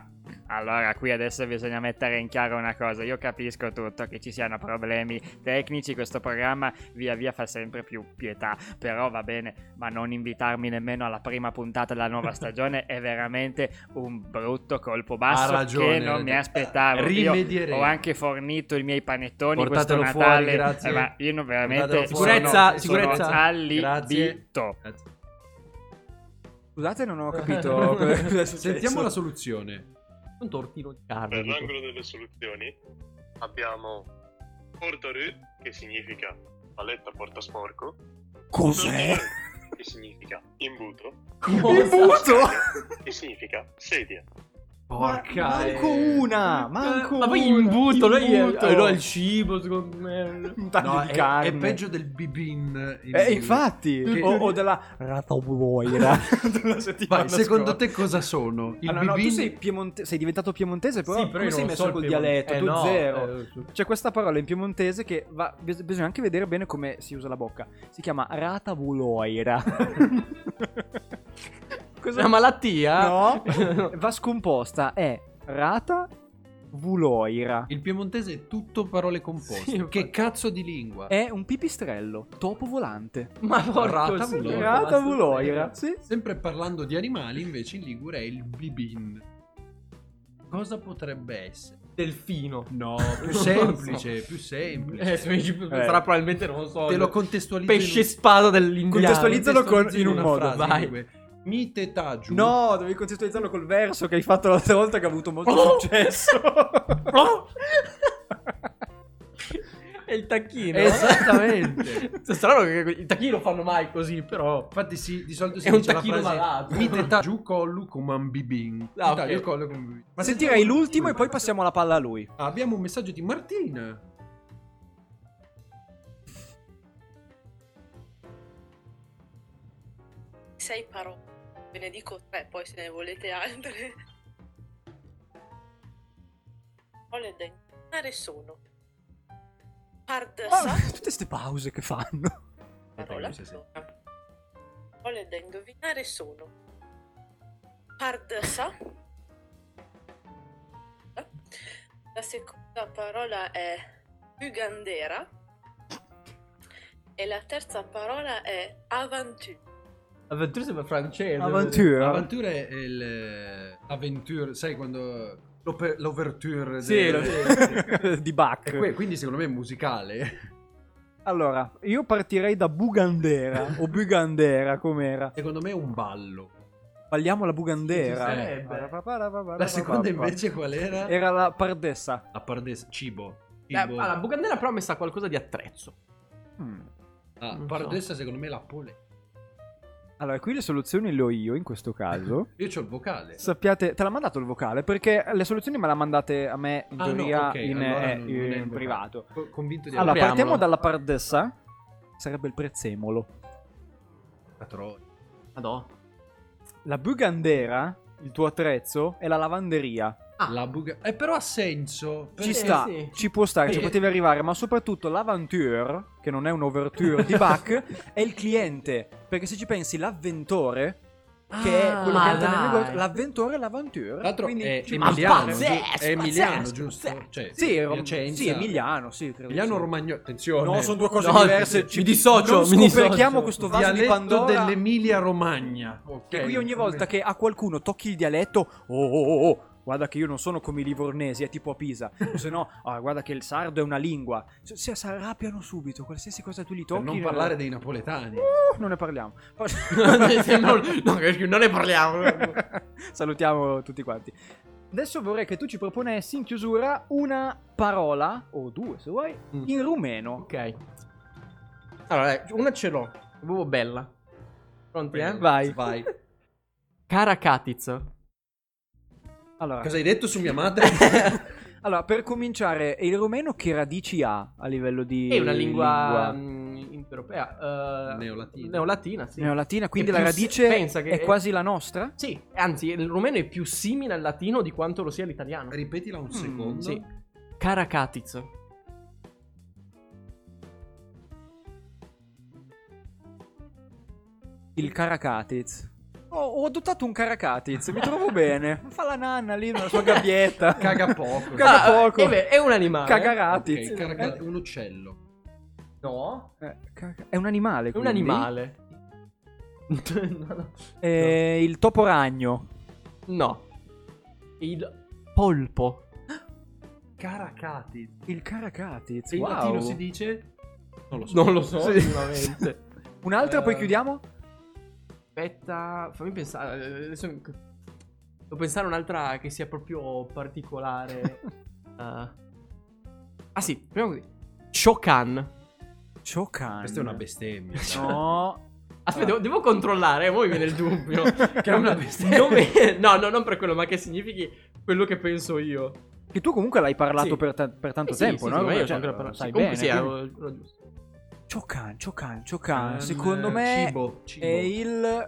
Allora, qui adesso bisogna mettere in chiaro una cosa. Io capisco tutto, che ci siano problemi tecnici. Questo programma via via fa sempre più pietà. Però va bene, ma non invitarmi nemmeno alla prima puntata della nuova stagione è veramente un brutto colpo basso Ha ragione, che non mi aspettavo. Rimedierei. Io ho anche fornito i miei panettoni Portatelo questo fuori, Natale. grazie. Eh, ma io non veramente Portatelo sono, fuori. Sicurezza, sono sicurezza. allibito. Grazie. Scusate, non ho capito cosa è successo. Sentiamo la soluzione. Un tortino di carne. Per dico. l'angolo delle soluzioni abbiamo portarù, che significa paletta porta sporco. Cos'è? Che significa imbuto. Imbuto? Che significa sedia. Porca. Manco una, manco Ma poi una. imbuto, noi Imbuto. eh, no, il cibo, secondo me. Un taglio No, di è, carne. è peggio del bibin. in- Eh, infatti, Che- o, o della ratauloira della settimana Vai, secondo scorsa. te cosa sono? Il Allora, no, bibin tu sei, piemonte- sei diventato piemontese, però Sì, però come io sei non messo so il col piemonte- dialetto? eh, tu no, zero. eh, su- C'è questa parola in piemontese che va, bis- bisogna anche vedere bene come si usa la bocca. Si chiama ratauloira. Una malattia? No, va scomposta. È rata vuloira. Il piemontese è tutto parole composte. Sì, che infatti. cazzo di lingua? È un pipistrello, topo volante. Ma porco Rata sì, vuloira. ma Rata sto- vuloira. Sì. Sempre parlando di animali, invece in Ligure è il bibin. Cosa potrebbe essere? Delfino. No, più Non semplice, so. più semplice. Eh, se mi dici- sarà probabilmente, non lo so. Te lo contestualizzo pesce in- spada dell'Indiano. Contestualizzalo con- in un una modo. frase, Vai. Ligue. Mite taju. No, devi contestualizzarlo col verso che hai fatto l'altra volta che ha avuto molto successo. È il tacchino. Esattamente. È strano che i tacchini lo fanno mai così, però. Infatti sì, di solito si È un dice la tacchino frase malato. Mite taju collu come un bibin. Ah, Ti taglio ok. il collo come un bibin. Ma Sentirei sentiamo- l'ultimo e poi passiamo la palla a lui. Ah, abbiamo un messaggio di Martina. Sei parole. Ve ne dico tre, poi se ne volete altre. Parole da indovinare sono Pardasa, Ah, tutte queste pause che fanno. parola. sì, sì. Parole da indovinare sono Pardasa. La seconda parola è Ugandera. E la terza parola è Aventure. Avventura sembra francese. Avventura. L'avventura è il eh, avventure, sai quando l'oper- l'ouverture Sì, del- lo- Di E Bach. que- quindi secondo me è musicale. Allora, io partirei da Bugandera o Bugandera, com'era? Secondo me è un ballo. Balliamo la Bugandera. Sì, ci sarebbe. La seconda invece qual era? era la Pardessa. La pardesa, cibo. Eh, Cibo. allora, Bugandera però ha messo qualcosa di attrezzo. Mm. Ah, non pardesa secondo me è la pole. Allora, qui le soluzioni le ho io in questo caso. Io c'ho il vocale. Sappiate, te l'ha mandato il vocale perché le soluzioni me le ha mandate a me in Ah, no, teoria ok, in, allora eh, non- non in è il vocale. privato. Co- convinto di Allora, Apriamolo. partiamo dalla Pardessa. Sarebbe il prezzemolo. Patro- Madò. La Bugandera, il tuo attrezzo, è la lavanderia. La buga... Eh, però ha senso. Ci perché- sta, sì. ci può stare, ci Sì. potevi arrivare, ma soprattutto l'Aventure, che non è un overture di Bach, è il cliente. Perché se ci pensi, l'avventore, che Ah, è quello che ma entra nel dai. negozio, l'avventore è l'Avventure. Tra l'altro quindi è ci- Ma emiliano, pazzesco, giu- è emiliano, pazzesco, giusto? pazzesco. Cioè, Sì, rom- Piacenza. sì, Emiliano, sì, credo. Emiliano sì. Romagnolo, attenzione. No, sono due cose No, diverse. mi dissocio, Non mi scoperchiamo dissocio. questo vaso di Dialetto Pandora. dell'Emilia Romagna. Ok. Che qui ogni volta che a qualcuno tocchi il dialetto, oh oh oh, oh, guarda che io non sono come i livornesi, è tipo a Pisa. O se no, ah, guarda che il sardo è una lingua. Se, se si arrabbiano subito, qualsiasi cosa tu li Per tocchi. non parlare dei napoletani. Uh, non ne parliamo. Sembra un- no, che non ne parliamo. Salutiamo tutti quanti. Adesso vorrei che tu ci proponessi in chiusura una parola, o due se vuoi, Mm. in rumeno. Ok. Allora, eh, una ce l'ho. È proprio bella. Pronti, eh? Vai. Vai. Caracatiz. Allora, Cosa hai detto su mia madre? allora, per cominciare, il rumeno che radici ha a livello di È una lingua, mm, indoeuropea. eh, Neolatina. Neolatina, sì. neolatina, quindi È la più se- radice pensa che è è- quasi la nostra? Sì, anzi, il rumeno è più simile al latino di quanto lo sia l'italiano. Ripetila un secondo. Sì. Caracatiz. Il Caracatiz. Ho, ho adottato un Caracatiz, mi trovo bene. Fa la nanna lì nella sua gabbietta. Caga poco. Caga Ah, poco. eh beh, è un animale. Cagaratiz. Ok, caracat- è un uccello. No, Eh, caga- È un animale, è un quindi. animale. no, no. Eh, Il topo ragno. No. Il polpo. Caracati. Il Caracatiz. Se in Wow. latino si dice? Non lo so. Non lo so, Sì. sicuramente. Un'altra, Eh, poi chiudiamo? Aspetta, fammi pensare. eh, Adesso mi- devo pensare a un'altra che sia proprio particolare. Uh, Ah sì, prima così. Chocan. Chocan. Questa è una bestemmia. No. Aspetta, devo, devo controllare, eh, poi viene il dubbio. Che è una bestemmia. Nome- No, no, non per quello, ma che significhi quello che penso io. Che tu comunque l'hai parlato Sì. per, ta- per tanto Sì, tempo, sì, no? sì, ma io Cioè, sono ancora parlato. sai Sì, comunque bene. sì, quindi- ero- ero giusto. Chocan, Chocan, Chocan. Ehm, Secondo me cibo, cibo. è il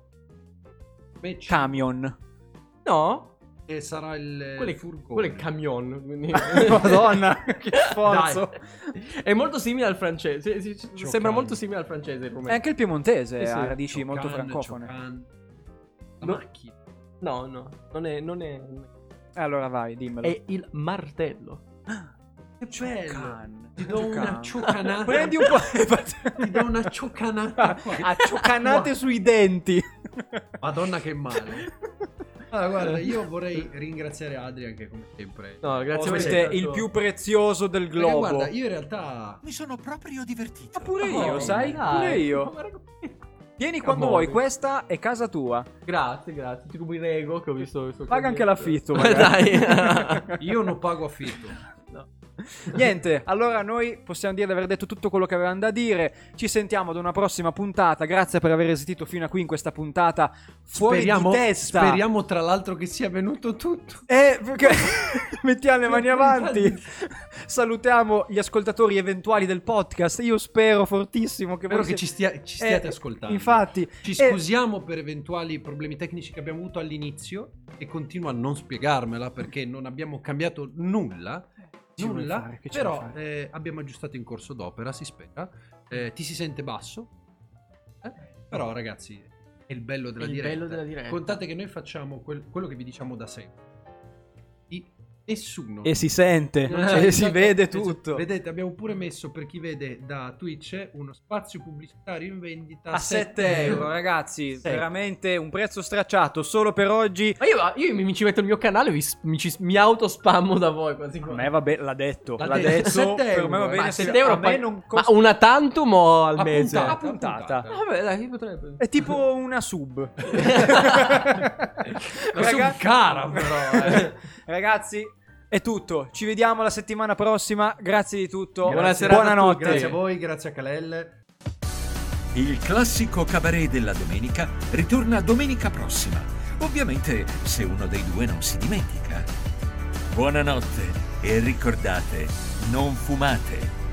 Beh, ci- camion. No, E sarà il quello è, furgone. quello è camion. Quindi... Madonna, che sforzo. Dai. È molto simile al francese. sì, sì, Chocan. sembra molto simile al francese il È rumeno. anche il piemontese Sì, sì. ha radici Chocan, molto francofone. Chocan. La No. macchina. No, no, non è, non è. Eh, allora vai, dimmelo. È il martello. Che bello. Chocan. Ti do una Chocan. cioccanata. Prendi un po'. Ti do una cioccanata qua. A cioccanate sui denti. Madonna che male. Allora, guarda, io vorrei ringraziare Adri anche come sempre. No, grazie a voi. Questo è il più prezioso del Perché globo. guarda, io in realtà Mi sono proprio divertito. Ma pure Oh, io, sai? dai. Pure io. Ma guarda- Vieni quando Amore. vuoi, questa è casa tua. Grazie, grazie. Ti rubo che ho visto. visto Paga anche l'affitto, Dai. magari. io non pago affitto. No. Niente, allora noi possiamo dire di aver detto tutto quello che avevamo da dire. Ci sentiamo ad una prossima puntata. Grazie per aver resistito fino a qui in questa puntata fuori speriamo, di testa. Speriamo tra l'altro che sia venuto tutto. Eh, perché mettiamo le mani avanti. Salutiamo gli ascoltatori eventuali del podcast. Io spero fortissimo che Spero voi che sia- ci, stia- ci stiate Eh, ascoltando. Infatti, Ci eh, scusiamo per eventuali problemi tecnici che abbiamo avuto all'inizio e continuo a non spiegarmela perché non abbiamo cambiato nulla. Ci vuoi Nulla, fare? Che ci vuoi però fare? eh, abbiamo aggiustato in corso d'opera, si spera. Eh, ti si sente basso? Eh? Però ragazzi, è il bello della È il diretta. bello della diretta. Contate che noi facciamo quel- quello che vi diciamo da sempre. Di nessuno. e si sente, Non c'è- e si esatto, vede esatto. tutto. Vedete, abbiamo pure messo per chi vede da Twitch uno spazio pubblicitario in vendita A sette euro, ragazzi, Sette. veramente un prezzo stracciato solo per oggi. Ma io, io mi, mi ci metto il mio canale e vi, mi, ci, mi autospammo da voi quasi A quasi. me va bene, l'ha detto, L'ha l'ha detto, detto, sette per euro. me va Ma bene. Ma se- sette euro a me pag- non Ma costa una tantum o al A mese? puntata, A puntata. puntata. Vabbè, dai, io potrei... È tipo una sub. Ma sono Raga- cara però, eh. Ragazzi, è tutto. Ci vediamo la settimana prossima. Grazie di tutto. Buona serata a Buonanotte. Grazie a voi, grazie a Kalel. Il classico cabaret della domenica ritorna domenica prossima. Ovviamente se uno dei due non si dimentica. Buonanotte e ricordate, non fumate.